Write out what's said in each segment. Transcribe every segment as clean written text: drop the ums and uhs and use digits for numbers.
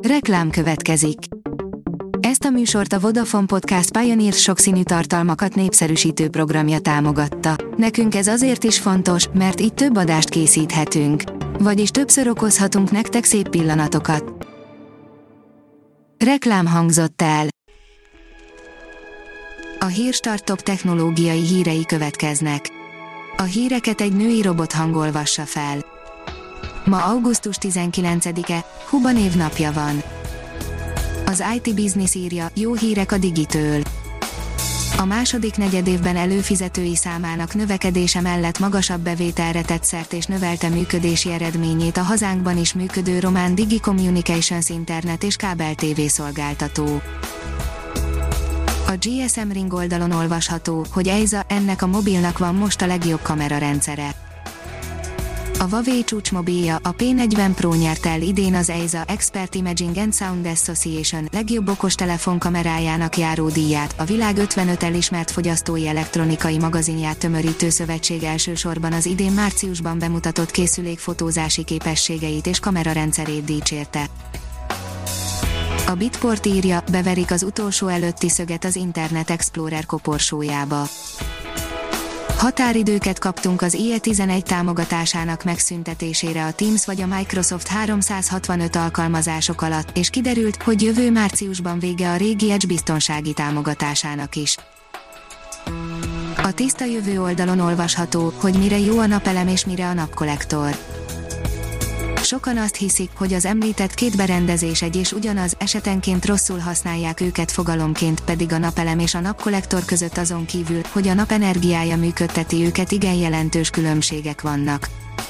Reklám következik. Ezt a műsort a Vodafone Podcast Pioneer sokszínű tartalmakat népszerűsítő programja támogatta. Nekünk ez azért is fontos, mert így több adást készíthetünk. Vagyis többször okozhatunk nektek szép pillanatokat. Reklám hangzott el. A Hírstart top technológiai hírei következnek. A híreket egy női robot hangolvassa fel. Ma augusztus 19-e, Huba névnapja van. Az IT Business írja, jó hírek a Digitől. A második negyedévben előfizetői számának növekedése mellett magasabb bevételre tett szert és növelte működési eredményét a hazánkban is működő román Digi Communications internet és kábel TV szolgáltató. A GSM Ring oldalon olvasható, hogy EIZA, ennek a mobilnak van most a legjobb kamerarendszere. A Huawei csúcsmobilja, a P40 Pro nyerte el idén az EIZA Expert Imaging and Sound Association legjobb okostelefon kamerájának járó díját, a világ 55 elismert fogyasztói elektronikai magazinját tömörítő szövetség elsősorban az idén márciusban bemutatott készülék fotózási képességeit és kamerarendszerét dicsérte. A Bitport írja, beverik az utolsó előtti szöget az Internet Explorer koporsójába. Határidőket kaptunk az IE11 támogatásának megszüntetésére a Teams vagy a Microsoft 365 alkalmazások alatt, és kiderült, hogy jövő márciusban vége a régi Edge biztonsági támogatásának is. A Tiszta Jövő oldalon olvasható, hogy mire jó a napelem és mire a napkollektor. Sokan azt hiszik, hogy az említett két berendezés egy és ugyanaz, esetenként rosszul használják őket fogalomként, pedig a napelem és a napkollektor között azon kívül, hogy a napenergiája működteti őket, igen jelentős különbségek vannak.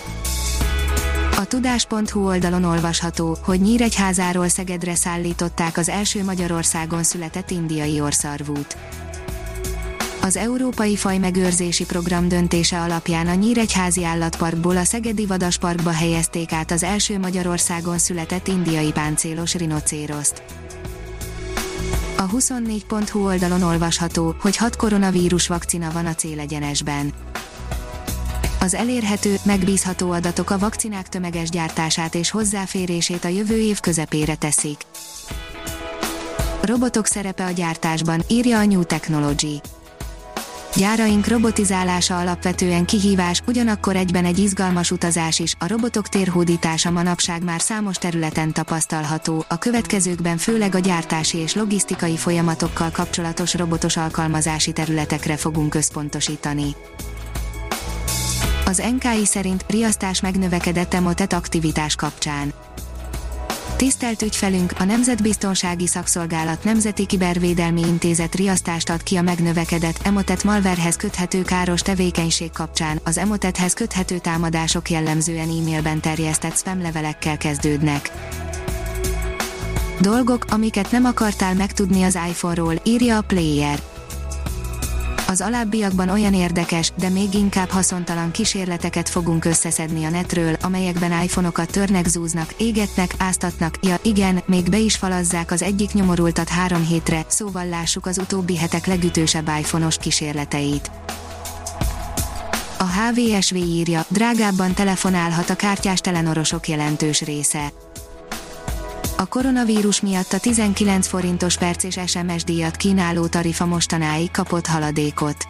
A tudás.hu oldalon olvasható, hogy Nyíregyházáról Szegedre szállították az első Magyarországon született indiai orrszarvút. Az Európai Fajmegőrzési Program döntése alapján a Nyíregyházi Állatparkból a Szegedi Vadasparkba helyezték át az első Magyarországon született indiai páncélos rinocéroszt. A 24.hu oldalon olvasható, hogy 6 koronavírus vakcina van a célegyenesben. Az elérhető, megbízható adatok a vakcinák tömeges gyártását és hozzáférését a jövő év közepére teszik. Robotok szerepe a gyártásban, írja a New Technology. Gyáraink robotizálása alapvetően kihívás, ugyanakkor egyben egy izgalmas utazás is, a robotok térhódítása manapság már számos területen tapasztalható, a következőkben főleg a gyártási és logisztikai folyamatokkal kapcsolatos robotos alkalmazási területekre fogunk összpontosítani. Az NKI szerint riasztás megnövekedett emotet aktivitás kapcsán. Tisztelt ügyfelünk, a Nemzetbiztonsági Szakszolgálat Nemzeti Kibervédelmi Intézet riasztást ad ki a megnövekedett Emotet malwarehez köthető káros tevékenység kapcsán. Az Emotethez köthető támadások jellemzően e-mailben terjesztett spam levelekkel kezdődnek. Dolgok, amiket nem akartál megtudni az iPhone-ról, írja a Player. Az alábbiakban olyan érdekes, de még inkább haszontalan kísérleteket fogunk összeszedni a netről, amelyekben iPhone-okat törnek, zúznak, égetnek, áztatnak, ja igen, még be is falazzák az egyik nyomorultat 3 hétre, szóval lássuk az utóbbi hetek legütősebb iPhone-os kísérleteit. A HVSV írja, drágábban telefonálhat a kártyás telenorosok jelentős része. A koronavírus miatt a 19 forintos perc és SMS díjat kínáló tarifa mostanáig kapott haladékot.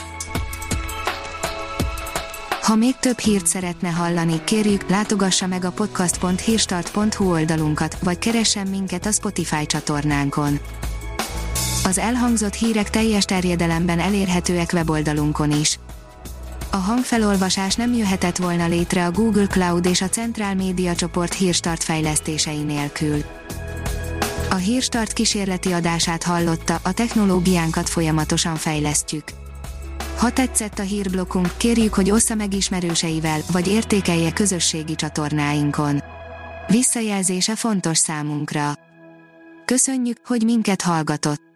Ha még több hírt szeretne hallani, kérjük, látogassa meg a podcast.hírstart.hu oldalunkat, vagy keressen minket a Spotify csatornánkon. Az elhangzott hírek teljes terjedelemben elérhetőek weboldalunkon is. A hangfelolvasás nem jöhetett volna létre a Google Cloud és a Centrál Média csoport Hírstart fejlesztései nélkül. A Hírstart kísérleti adását hallotta, a technológiánkat folyamatosan fejlesztjük. Ha tetszett a hírblokkunk, kérjük, hogy ossza meg ismerőseivel, vagy értékelje közösségi csatornáinkon. Visszajelzése fontos számunkra. Köszönjük, hogy minket hallgatott!